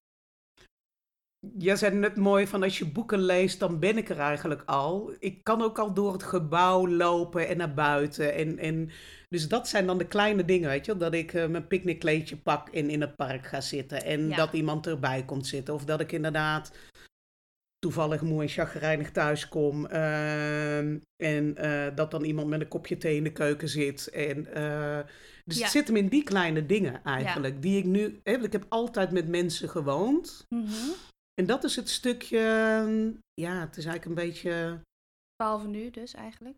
S2: Jij zei net mooi van als je boeken leest, dan ben ik er eigenlijk al. Ik kan ook al door het gebouw lopen en naar buiten. En, en, dus dat zijn dan de kleine dingen, weet je. Dat ik uh, mijn picknickkleedje pak en in het park ga zitten. En ja. dat iemand erbij komt zitten. Of dat ik inderdaad toevallig moe en chagrijnig thuis kom. Uh, en uh, dat dan iemand met een kopje thee in de keuken zit. En, uh, dus ja. het zit hem in die kleine dingen eigenlijk. Ja. Die ik nu... Hè, ik heb altijd met mensen gewoond.
S1: Mm-hmm.
S2: En dat is het stukje... Ja, het is eigenlijk een beetje...
S1: Behalve nu dus eigenlijk?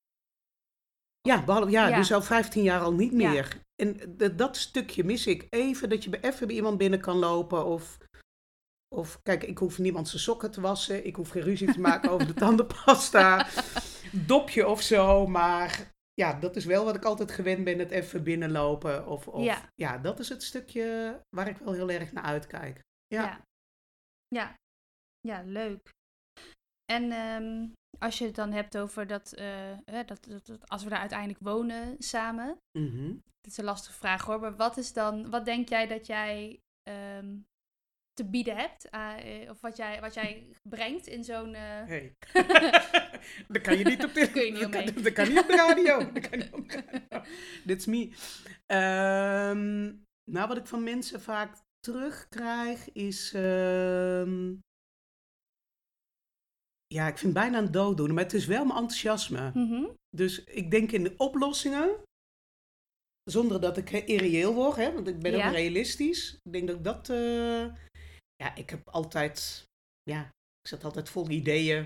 S2: Ja, behalve, ja,
S1: ja.
S2: dus al vijftien jaar al niet meer.
S1: Ja.
S2: En d- dat stukje mis ik even. Dat je even bij iemand binnen kan lopen of... Of kijk, ik hoef niemand zijn sokken te wassen. Ik hoef geen ruzie te maken over de tandenpasta. Dopje of zo. Maar ja, dat is wel wat ik altijd gewend ben. Het even binnenlopen. Of, of, ja. ja, dat is het stukje waar ik wel heel erg naar uitkijk. Ja,
S1: ja, ja. ja leuk. En um, als je het dan hebt over dat, uh, dat, dat, dat als we daar uiteindelijk wonen samen.
S2: Mm-hmm.
S1: Dat is een lastige vraag hoor. Maar wat is dan, wat denk jij dat jij... Um, te bieden hebt, uh, of wat jij, wat jij brengt in zo'n... Uh...
S2: Hey. dat kan je niet op de,
S1: kun je niet
S2: dat,
S1: omheen.
S2: dat, dat kan niet op de radio. Dat kan niet op de radio. That's me. Um, nou, wat ik van mensen vaak terugkrijg is... Um, ja, ik vind bijna een dooddoener, maar het is wel mijn enthousiasme.
S1: Mm-hmm.
S2: Dus ik denk in de oplossingen, zonder dat ik irreëel word, hè, want ik ben ja. ook realistisch. Ik denk dat ik dat, uh, ja, ik heb altijd, ja, ik zat altijd vol ideeën.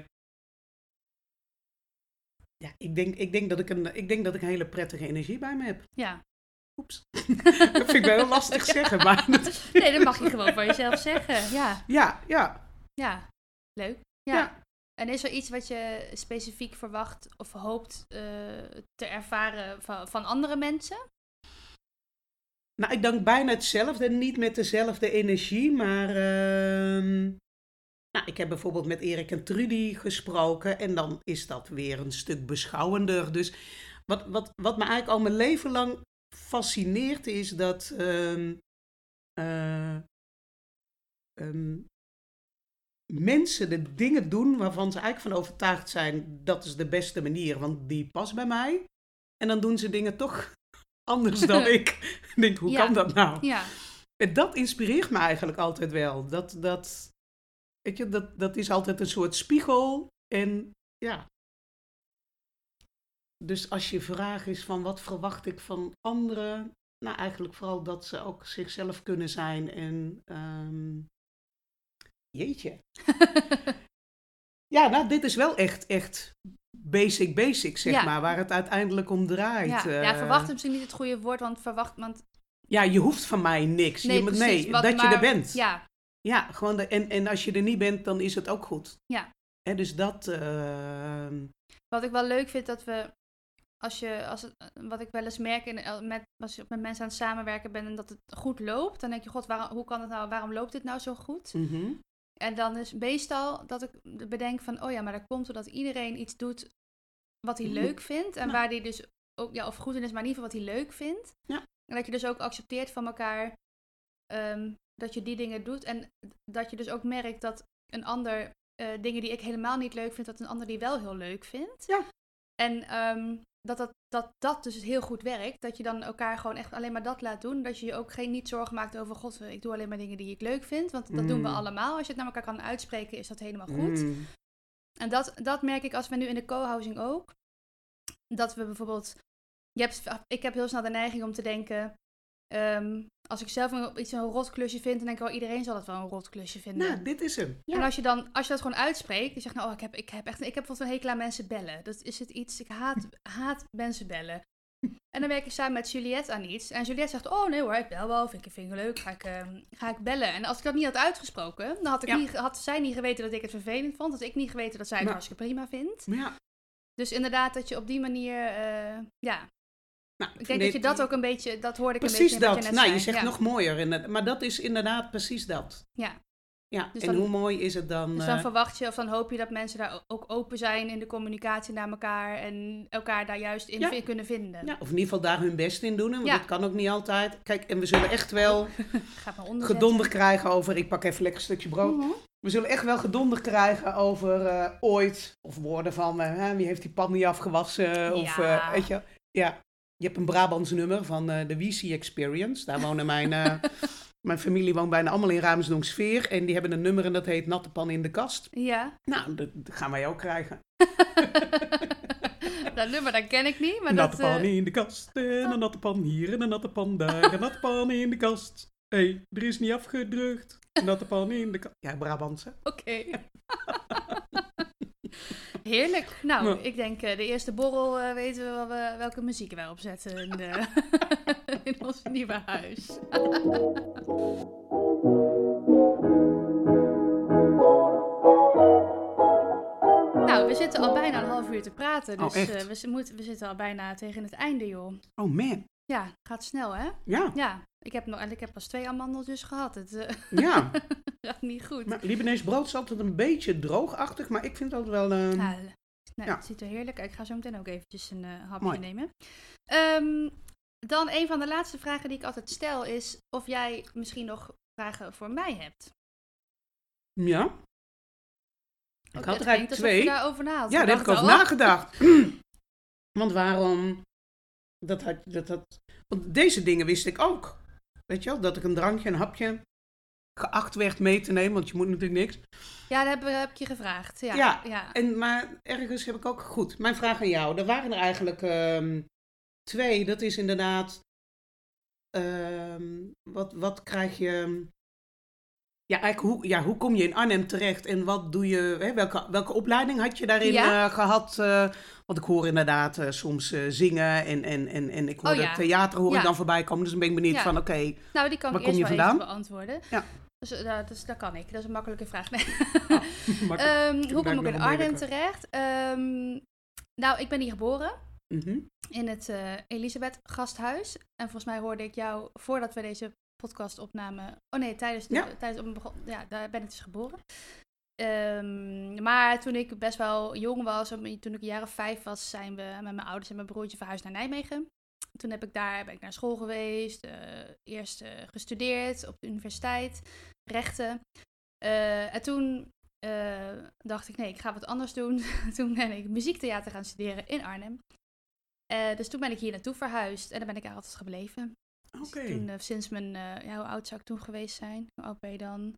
S2: Ja, ik denk, ik denk dat ik een, ik denk dat ik een hele prettige energie bij me heb.
S1: Ja.
S2: Oeps. Dat vind ik wel heel lastig ja. zeggen, maar... Dat...
S1: Nee, dat mag je gewoon van jezelf zeggen, ja.
S2: Ja, ja.
S1: Ja, leuk. Ja. ja. En is er iets wat je specifiek verwacht of hoopt uh, te ervaren van, van andere mensen?
S2: Nou, ik denk bijna hetzelfde. Niet met dezelfde energie, maar... Uh, nou, ik heb bijvoorbeeld met Erik en Trudy gesproken. En dan is dat weer een stuk beschouwender. Dus wat, wat, wat me eigenlijk al mijn leven lang fascineert is dat... Uh, uh, um, mensen de dingen doen waarvan ze eigenlijk van overtuigd zijn, dat is de beste manier, want die past bij mij. En dan doen ze dingen toch anders dan ik. Ik denk, hoe ja. kan dat nou?
S1: Ja.
S2: En dat inspireert me eigenlijk altijd wel. Dat, dat, weet je, dat, dat is altijd een soort spiegel. En ja. Dus als je vraag is van wat verwacht ik van anderen? Nou, eigenlijk vooral dat ze ook zichzelf kunnen zijn en... Um, Jeetje. Ja, nou, dit is wel echt, echt basic, basic, zeg ja. maar, waar het uiteindelijk om draait.
S1: Ja, uh, ja verwacht is misschien niet het goede woord, want verwacht... Want...
S2: Ja, je hoeft van mij niks.
S1: Nee,
S2: je moet,
S1: precies,
S2: nee
S1: wat,
S2: dat
S1: maar,
S2: je er bent.
S1: Ja.
S2: Ja, gewoon, de, en, en als je er niet bent, dan is het ook goed.
S1: Ja.
S2: Hè, dus dat... Uh...
S1: Wat ik wel leuk vind, dat we... Als je, als het, wat ik wel eens merk, in, met, als je met mensen aan het samenwerken bent en dat het goed loopt, dan denk je, god, waarom, hoe kan het nou, waarom loopt dit nou zo goed?
S2: Mm-hmm.
S1: En dan is meestal dat ik bedenk van, oh ja, maar dat komt doordat iedereen iets doet wat hij leuk vindt. En nou. waar hij dus ook, ja, of goed in is, maar in ieder geval wat hij leuk vindt.
S2: Ja.
S1: En dat je dus ook accepteert van elkaar um, dat je die dingen doet. En dat je dus ook merkt dat een ander uh, dingen die ik helemaal niet leuk vind, dat een ander die wel heel leuk vindt.
S2: Ja.
S1: En um, dat, dat, dat dat dus heel goed werkt. Dat je dan elkaar gewoon echt alleen maar dat laat doen. Dat je je ook geen niet zorgen maakt over... God, ik doe alleen maar dingen die ik leuk vind. Want dat mm. doen we allemaal. Als je het naar elkaar kan uitspreken, is dat helemaal goed.
S2: Mm.
S1: En dat, dat merk ik als we nu in de co-housing ook. Dat we bijvoorbeeld... Je hebt, ik heb heel snel de neiging om te denken... Um, als ik zelf een, iets een rotklusje vind, dan denk ik, oh, iedereen zal het wel een rotklusje vinden.
S2: Nou, dit is hem. Ja.
S1: En als je, dan, als je dat gewoon uitspreekt, je zegt, nou, oh, ik heb, ik heb echt, ik heb bijvoorbeeld een hekel aan mensen bellen. Dat is het iets, ik haat, haat mensen bellen. En dan werk ik samen met Juliette aan iets. En Juliette zegt, oh nee hoor, ik bel wel, vind ik, vind ik leuk, ga ik, um, ga ik bellen. En als ik dat niet had uitgesproken, dan had, ik ja. niet, had zij niet geweten dat ik het vervelend vond. Had ik niet geweten dat zij het nou. hartstikke prima vindt.
S2: Ja.
S1: Dus inderdaad, dat je op die manier, uh, ja...
S2: Nou,
S1: ik denk dat je dat ook een beetje, dat hoorde ik
S2: precies
S1: een beetje
S2: dat.
S1: Wat je net
S2: nou,
S1: zei.
S2: je zegt
S1: ja.
S2: nog mooier, maar dat is inderdaad precies dat.
S1: Ja.
S2: Ja,
S1: dus
S2: en
S1: dan,
S2: hoe mooi is het dan?
S1: Dus dan
S2: uh,
S1: verwacht je of dan hoop je dat mensen daar ook open zijn in de communicatie naar elkaar en elkaar daar juist in ja. kunnen vinden.
S2: Ja, of in ieder geval daar hun best in doen, want
S1: ja.
S2: dat kan ook niet altijd. Kijk, en we zullen echt wel gedonder krijgen over, ik pak even lekker een stukje brood. Mm-hmm. We zullen echt wel gedonder krijgen over uh, ooit, of woorden van, uh, wie heeft die pan niet afgewassen, ja. of uh, weet je, ja. Je hebt een Brabants nummer van uh, de W C Experience. Daar wonen mijn, uh, mijn familie woont bijna allemaal in Raamsdonksveer. En die hebben een nummer en dat heet Natte pan in de kast.
S1: Ja.
S2: Nou, dat, dat gaan wij ook krijgen.
S1: Dat nummer, dat ken ik niet. Maar
S2: natte
S1: dat,
S2: pan uh... in de kast en een natte pan hier en een natte pan daar. Een natte pan in de kast. Hé, hey, er is niet afgedrukt. Een natte pan in de kast. Ja, Brabantse.
S1: Oké. Okay. Heerlijk. Nou, nou, ik denk uh, de eerste borrel uh, weten we, wel, uh, welke muziek wij opzetten in, de in ons nieuwe huis. Nou, we zitten al bijna een half uur te praten. Dus
S2: oh, echt?
S1: Uh, we, moeten, we zitten al bijna tegen het einde, joh.
S2: Oh man.
S1: Ja, gaat snel, hè?
S2: Ja.
S1: Ja. Ik heb, nog, ik heb pas twee amandeltjes gehad. Het uh,
S2: ja.
S1: gaat niet goed.
S2: Maar Libanees brood is altijd een beetje droogachtig, maar ik vind het altijd wel... Uh...
S1: Ja, nee,
S2: ja.
S1: Het ziet er heerlijk uit. Ik ga zo meteen ook eventjes een uh, hapje
S2: Mooi.
S1: nemen. Um, dan een van de laatste vragen die ik altijd stel is of jij misschien nog vragen voor mij hebt.
S2: Ja. Ik had er eigenlijk twee.
S1: Je daarover nadenkt.
S2: Ja, daar heb ik over nagedacht. Want waarom... Dat had, dat had, want deze dingen wist ik ook. Weet je wel, dat ik een drankje, een hapje geacht werd mee te nemen, want je moet natuurlijk niks.
S1: Ja, dat heb, heb ik je gevraagd. Ja,
S2: ja,
S1: ja.
S2: En, maar ergens heb ik ook... Goed, mijn vraag aan jou. Er waren er eigenlijk um, twee. Dat is inderdaad... Um, wat, wat krijg je... Ja, eigenlijk hoe, ja, hoe kom je in Arnhem terecht en wat doe je... Hè, welke, welke opleiding had je daarin ja? uh, gehad? Uh, want ik hoor inderdaad uh, soms uh, zingen en, en, en, en ik hoor oh, ja. theater hoor ja. ik dan voorbij komen. Dus dan ben ik benieuwd ja. van oké, okay,
S1: nou, die kan
S2: waar
S1: ik
S2: kom
S1: eerst
S2: je
S1: wel
S2: vandaan?
S1: even beantwoorden.
S2: Ja.
S1: Dus, uh, dus dat kan ik. Dat is een makkelijke vraag. Nee.
S2: Oh,
S1: um, hoe kom ik in Arnhem terecht? Um, nou, ik ben hier geboren.
S2: Mm-hmm.
S1: In het uh, Elisabeth Gasthuis. En volgens mij hoorde ik jou, voordat we deze podcast opnamen... Oh nee, tijdens... De,
S2: ja.
S1: tijdens op begon, ja, daar ben ik dus geboren. Um, maar toen ik best wel jong was, toen ik een jaar of vijf was, zijn we met mijn ouders en mijn broertje verhuisd naar Nijmegen. Toen heb ik daar, ben ik naar school geweest, uh, eerst uh, gestudeerd op de universiteit, rechten. Uh, en toen uh, dacht ik, nee, ik ga wat anders doen. Toen ben ik muziektheater gaan studeren in Arnhem. Uh, dus toen ben ik hier naartoe verhuisd en daar ben ik eigenlijk altijd gebleven.
S2: Oké. Okay.
S1: Dus toen, uh, sinds mijn, uh, ja, hoe oud zou ik toen geweest zijn? Hoe oud ben je dan?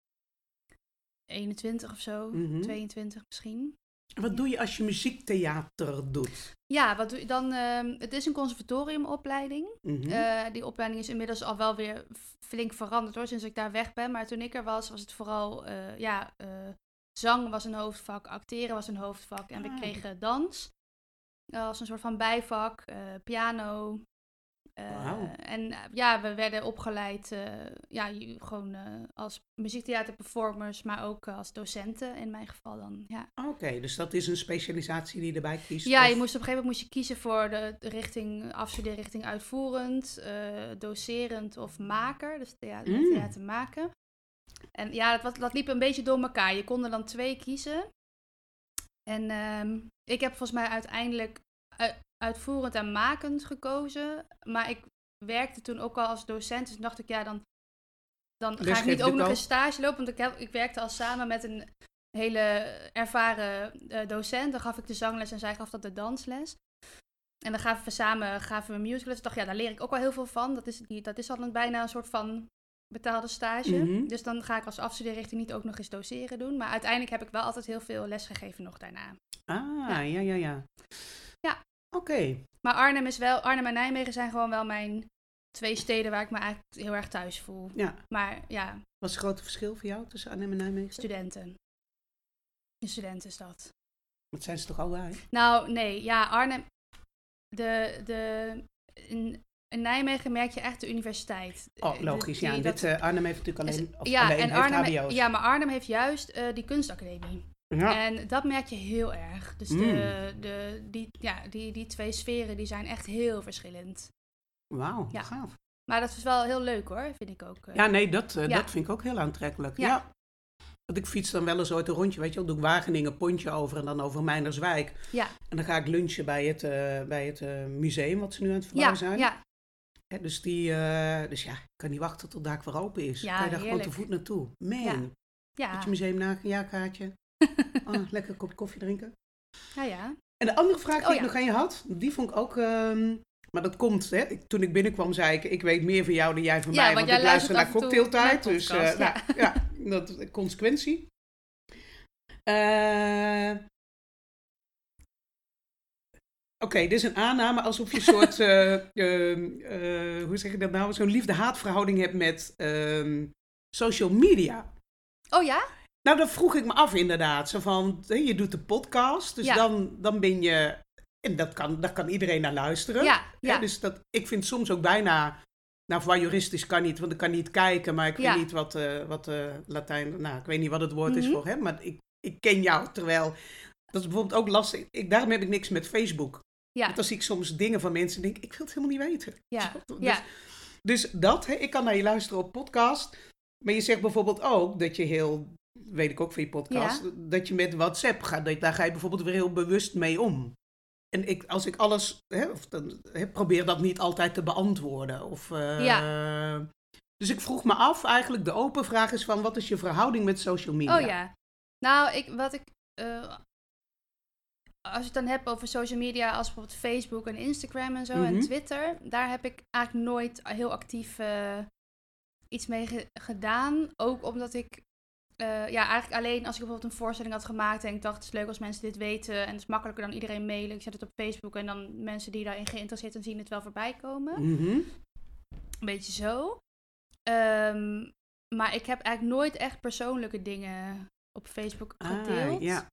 S1: eenentwintig of zo, mm-hmm. tweeëntwintig misschien.
S2: Wat
S1: ja.
S2: doe je als je muziektheater doet?
S1: Ja, wat doe je dan? Uh, het is een conservatoriumopleiding. Mm-hmm. Uh, die opleiding is inmiddels al wel weer flink veranderd hoor, sinds ik daar weg ben. Maar toen ik er was, was het vooral, uh, ja, uh, zang was een hoofdvak, acteren was een hoofdvak. En ah. we kregen dans uh, als een soort van bijvak, uh, piano. Uh, wow. En uh, ja, we werden opgeleid uh, ja, gewoon uh, als muziektheaterperformers, maar ook uh, als docenten in mijn geval dan. Ja.
S2: Oké, okay, dus dat is een specialisatie die je erbij kiest?
S1: Ja,
S2: of?
S1: je moest op een gegeven moment moest je kiezen voor de, de richting, afstudeerrichting uitvoerend, uh, docerend of maker, dus theater, mm. theater maken. En ja, dat, dat liep een beetje door elkaar. Je kon er dan twee kiezen. En um, ik heb volgens mij uiteindelijk... Uh, uitvoerend en makend gekozen. Maar ik werkte toen ook al als docent. Dus dacht ik, ja, dan, dan ga ik niet ook nog een stage lopen. Want ik, heb, ik werkte al samen met een hele ervaren uh, docent. Dan gaf ik de zangles en zij gaf dat de dansles. En dan gaven we samen gaven we musicals. Ik dacht, ja, daar leer ik ook wel heel veel van. Dat is, die, dat is al bijna een soort van betaalde stage. Mm-hmm. Dus dan ga ik als afstudeerrichting niet ook nog eens doseren doen. Maar uiteindelijk heb ik wel altijd heel veel les gegeven nog daarna.
S2: Ah, ja, ja, ja. Ja.
S1: ja.
S2: Oké. Okay.
S1: Maar Arnhem is wel, Arnhem en Nijmegen zijn gewoon wel mijn twee steden waar ik me eigenlijk heel erg thuis voel.
S2: Ja.
S1: Maar ja.
S2: Wat is het grote verschil voor jou tussen Arnhem en Nijmegen?
S1: Studenten. Een studentenstad.
S2: Dat zijn ze toch allebei?
S1: Nou, nee. Ja, Arnhem. De, de, in, in Nijmegen merk je echt de universiteit.
S2: Oh, logisch. De, die, ja, en dit, dat, uh, Arnhem heeft natuurlijk alleen,
S1: is,
S2: of
S1: ja,
S2: alleen
S1: en
S2: heeft
S1: Arnhem,
S2: H B O's.
S1: Ja, maar Arnhem heeft juist uh, die kunstacademie. Ja. En dat merk je heel erg. Dus mm. de, de, die, ja, die, die twee sferen die zijn echt heel verschillend.
S2: Wauw,
S1: ja.
S2: gaaf.
S1: Maar dat is wel heel leuk hoor, vind ik ook. Uh,
S2: ja, nee, dat, uh, ja. dat vind ik ook heel aantrekkelijk. Ja. ja. Want ik fiets dan wel eens ooit een rondje, weet je wel. Doe ik Wageningen, Pontje over en dan over Meinerswijk.
S1: Ja.
S2: En dan ga ik lunchen bij het, uh, bij het uh, museum wat ze nu aan het verbouwen
S1: ja,
S2: zijn.
S1: Ja,
S2: ja. Dus, die, uh, dus ja, ik kan niet wachten tot daar weer open is.
S1: Ja,
S2: kan je daar
S1: heerlijk.
S2: gewoon te voet naartoe. Man,
S1: ja. Ja.
S2: Met je museumjaarkaartje. Oh, lekker een kopje koffie drinken.
S1: Ja, ja.
S2: En de andere vraag die
S1: oh,
S2: ik
S1: ja.
S2: nog aan je had, die vond ik ook... Um, maar dat komt, hè. Ik, toen ik binnenkwam zei ik, ik weet meer van jou dan jij van
S1: ja,
S2: mij.
S1: Want,
S2: want ik luister naar Cocktailtijd.
S1: Naar
S2: dus
S1: podcast,
S2: uh,
S1: ja.
S2: nou, ja, dat is consequentie. Uh, Oké, okay, dit is een aanname alsof je een soort, uh, uh, uh, hoe zeg je dat nou, zo'n liefde-haatverhouding hebt met uh, social media.
S1: Oh ja?
S2: Nou, dat vroeg ik me af inderdaad. Zo van, je doet de podcast, dus ja. dan, dan ben je... En dat kan, daar kan iedereen naar luisteren.
S1: Ja, ja.
S2: Ja, dus dat, ik vind soms ook bijna... Nou, voor juristisch kan niet, want ik kan niet kijken, maar ik ja. weet niet wat, uh, wat uh, Latijn... Nou, ik weet niet wat het woord mm-hmm. is voor hem, maar ik, ik ken jou. Terwijl, dat is bijvoorbeeld ook lastig. Ik, daarom heb ik niks met Facebook.
S1: Ja.
S2: Want dan zie ik soms dingen van mensen en denk ik, ik wil het helemaal niet weten.
S1: Ja.
S2: Dus,
S1: ja.
S2: dus dat, hè, ik kan naar je luisteren op podcast. Maar je zegt bijvoorbeeld ook dat je heel... weet ik ook van je podcast, ja. dat je met WhatsApp gaat, dat, daar ga je bijvoorbeeld weer heel bewust mee om. En ik, als ik alles, hè, of dan, hè, probeer dat niet altijd te beantwoorden. Of, uh,
S1: ja.
S2: Dus ik vroeg me af, eigenlijk de open vraag is van, wat is je verhouding met social media?
S1: Oh ja, nou, ik, wat ik, uh, als je het dan hebt over social media, als bijvoorbeeld Facebook en Instagram en zo, mm-hmm. en Twitter, daar heb ik eigenlijk nooit heel actief... Uh, iets mee ge- gedaan. Ook omdat ik, uh, ja, eigenlijk alleen als ik bijvoorbeeld een voorstelling had gemaakt en ik dacht, het is leuk als mensen dit weten en het is makkelijker dan iedereen mailen. Ik zet het op Facebook en dan mensen die daarin geïnteresseerd zijn zien het wel voorbij komen.
S2: Mm-hmm.
S1: Een beetje zo. Um, maar ik heb eigenlijk nooit echt persoonlijke dingen op Facebook gedeeld.
S2: Ah, ja.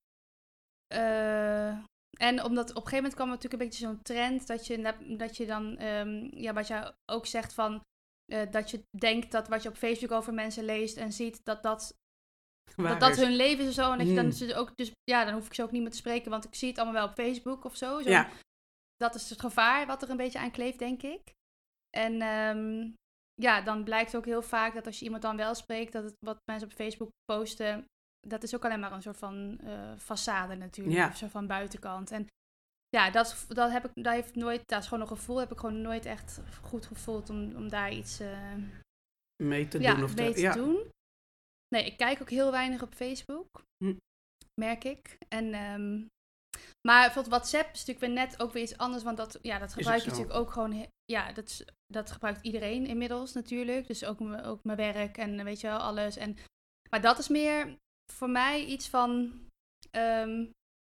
S1: Uh, en omdat op een gegeven moment kwam er natuurlijk een beetje zo'n trend dat je, dat je dan, um, ja, wat jij ook zegt van, uh, dat je denkt dat wat je op Facebook over mensen leest en ziet, dat dat, dat, dat hun leven is of zo. En dat je dan hmm. dus ook, dus ja, dan hoef ik ze ook niet meer te spreken, want ik zie het allemaal wel op Facebook of zo. zo
S2: ja.
S1: Dat is het gevaar wat er een beetje aan kleeft, denk ik. En um, ja, dan blijkt ook heel vaak dat als je iemand dan wel spreekt, dat het wat mensen op Facebook posten, dat is ook alleen maar een soort van uh, façade natuurlijk, ja. Of zo van buitenkant. En ja, dat, dat heb ik, dat heeft nooit, dat is gewoon een gevoel, heb ik gewoon nooit echt goed gevoeld om, om daar iets uh,
S2: mee te
S1: ja,
S2: doen. Of
S1: mee
S2: de,
S1: te
S2: ja.
S1: doen. Nee, ik kijk ook heel weinig op Facebook,
S2: hm.
S1: merk ik. En, um, maar bijvoorbeeld WhatsApp is natuurlijk weer net ook weer iets anders, want dat, ja, dat gebruik je natuurlijk ook gewoon, ja, dat, is, dat gebruikt iedereen inmiddels natuurlijk. Dus ook, ook mijn werk en weet je wel, alles. En, maar dat is meer voor mij iets van, um,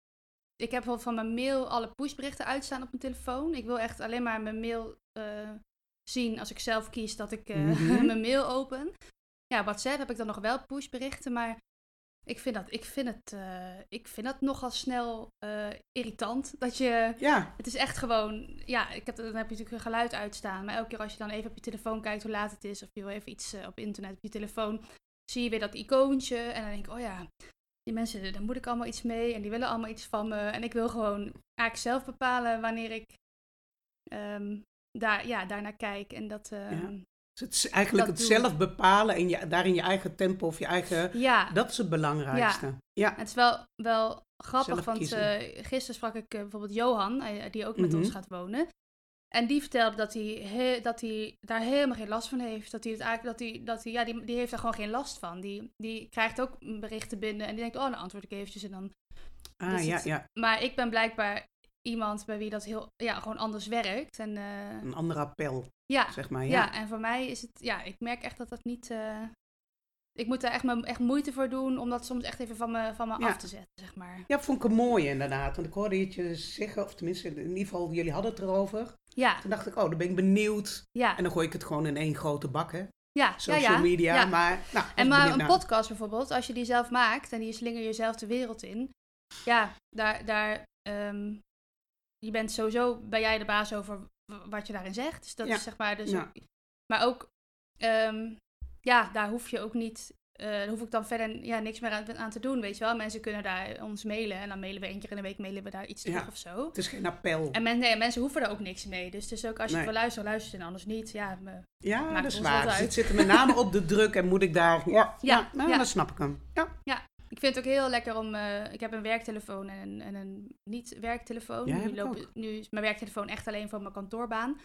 S1: ik heb bijvoorbeeld van mijn mail alle pushberichten uitstaan op mijn telefoon. Ik wil echt alleen maar mijn mail uh, zien als ik zelf kies dat ik uh, mm-hmm. mijn mail open. Ja, WhatsApp heb ik dan nog wel pushberichten, maar ik vind dat, ik vind het, uh, ik vind dat nogal snel uh, irritant. Dat je,
S2: ja.
S1: Het is echt gewoon, ja, ik heb, dan heb je natuurlijk een geluid uitstaan. Maar elke keer als je dan even op je telefoon kijkt hoe laat het is, of je wil even iets uh, op internet op je telefoon, zie je weer dat icoontje. En dan denk ik, oh ja, die mensen, daar moet ik allemaal iets mee. En die willen allemaal iets van me. En ik wil gewoon eigenlijk zelf bepalen wanneer ik um, daar, ja, daarnaar kijk. En dat... Uh,
S2: ja. Dus het is eigenlijk het doen. zelf bepalen en je, daarin je eigen tempo of je eigen...
S1: Ja.
S2: Dat is het belangrijkste.
S1: Ja.
S2: Ja.
S1: Het is wel, wel grappig, want uh, gisteren sprak ik uh, bijvoorbeeld Johan, uh, die ook met mm-hmm. ons gaat wonen. En die vertelde dat hij, he, dat hij daar helemaal geen last van heeft. Dat hij het eigenlijk, dat hij, dat hij, ja, die, die heeft daar gewoon geen last van. Die, die krijgt ook berichten binnen en die denkt, oh, dan antwoord ik eventjes en dan...
S2: Ah, dus ja,
S1: het,
S2: ja.
S1: Maar ik ben blijkbaar iemand bij wie dat heel, ja, gewoon anders werkt. En, uh,
S2: een ander appel,
S1: ja,
S2: zeg maar. Ja.
S1: ja, en voor mij is het, ja, ik merk echt dat dat niet... Uh, ik moet daar echt, me, echt moeite voor doen om dat soms echt even van me, van me ja. af te zetten, zeg maar.
S2: Ja, vond ik een mooie inderdaad. Want ik hoorde je het zeggen, of tenminste, in ieder geval, jullie hadden het erover.
S1: Ja.
S2: Toen dacht ik, oh, dan ben ik benieuwd.
S1: Ja.
S2: En dan gooi ik het gewoon in één grote bak, hè.
S1: Ja,
S2: social
S1: ja, ja.
S2: media,
S1: ja.
S2: maar... Nou,
S1: en maar een podcast bijvoorbeeld, als je die zelf maakt en die slinger jezelf de wereld in. Ja, daar... daar um, je bent sowieso, ben jij de baas over wat je daarin zegt. Dus dat
S2: ja.
S1: is zeg maar... Dus
S2: ja.
S1: ook, maar ook, um, ja, daar hoef je ook niet... Uh, daar hoef ik dan verder ja, niks meer aan, aan te doen, weet je wel. Mensen kunnen daar ons mailen en dan mailen we één keer in de week mailen we daar iets terug
S2: ja,
S1: of zo.
S2: Het is geen appel.
S1: En men, nee, mensen hoeven er ook niks mee. Dus, dus ook als je nee. het wil luisteren, luister en anders niet. Ja, me,
S2: ja dat is waar. Dus het zit er met name op de druk en moet ik daar... Ja, ja, ja, nou, ja. dan snap ik hem. Ja.
S1: ja, ik vind het ook heel lekker om... Uh, ik heb een werktelefoon en een, en een niet-werktelefoon.
S2: Ja,
S1: nu, loop, nu is mijn werktelefoon echt alleen voor mijn kantoorbaan.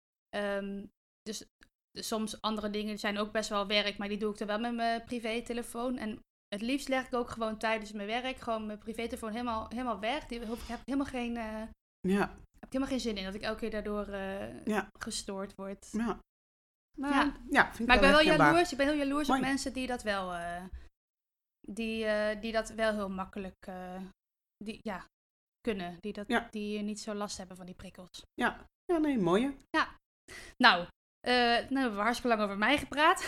S1: Um, dus... Soms andere dingen zijn ook best wel werk, maar die doe ik dan wel met mijn privételefoon. En het liefst leg ik ook gewoon tijdens mijn werk gewoon mijn privételefoon helemaal, helemaal weg. Die heb ik helemaal geen, uh,
S2: ja.
S1: heb ik helemaal geen zin in dat ik elke keer daardoor uh, ja. gestoord word.
S2: Ja. Nou,
S1: ja.
S2: ja vind ik
S1: maar ik ben wel
S2: herkenbaar.
S1: jaloers, ik ben heel jaloers
S2: Mooi.
S1: op mensen die dat wel, uh, die, uh, die dat wel heel makkelijk uh, die, ja, kunnen. Die, dat,
S2: ja.
S1: die niet zo last hebben van die prikkels.
S2: Ja, ja nee, mooie.
S1: Ja, nou... Uh, nou, we hebben hartstikke lang over mij gepraat.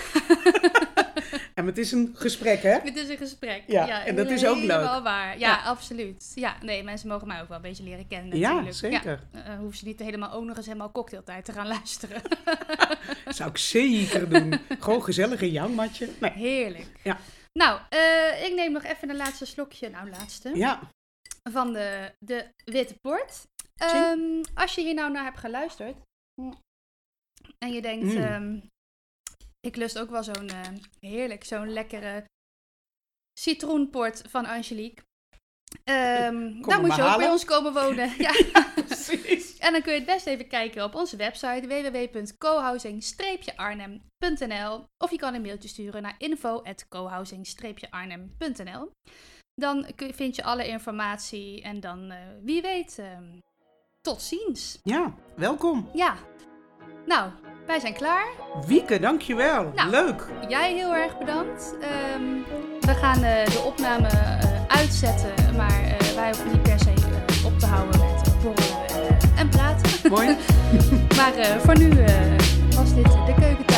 S2: En het is een gesprek, hè?
S1: Het is een gesprek.
S2: Ja,
S1: ja
S2: en dat is ook leuk.
S1: Helemaal waar. Ja, ja, absoluut. Ja, nee, mensen mogen mij ook wel een beetje leren kennen natuurlijk.
S2: Ja, zeker.
S1: Ja, uh, hoeven ze niet helemaal ook nog eens helemaal cocktailtijd te gaan luisteren.
S2: Zou ik zeker doen. Gewoon gezellig in jouw matje. Nee.
S1: Heerlijk.
S2: Ja.
S1: Nou, uh, ik neem nog even een laatste slokje. Nou, laatste.
S2: Ja.
S1: Van de, de witte port. Um, als je hier nou naar hebt geluisterd... En je denkt, mm. um, ik lust ook wel zo'n uh, heerlijk, zo'n lekkere citroenport van Angelique. Um, dan moet je halen. Ook bij ons komen wonen. Ja, precies. En dan kun je het best even kijken op onze website w w w punt cohousing arnhem punt n l of je kan een mailtje sturen naar info at cohousing arnhem punt n l. Dan vind je alle informatie en dan, uh, wie weet, um, tot ziens.
S2: Ja, welkom.
S1: Ja. Nou, Wij zijn klaar.
S2: Wieke, dankjewel.
S1: Nou,
S2: leuk.
S1: Jij heel erg bedankt. Um, we gaan uh, de opname uh, uitzetten, maar uh, wij hoeven niet per se uh, op te houden met uh, borrelen uh, en praten.
S2: Mooi.
S1: Maar uh, voor nu uh, was dit de keuken.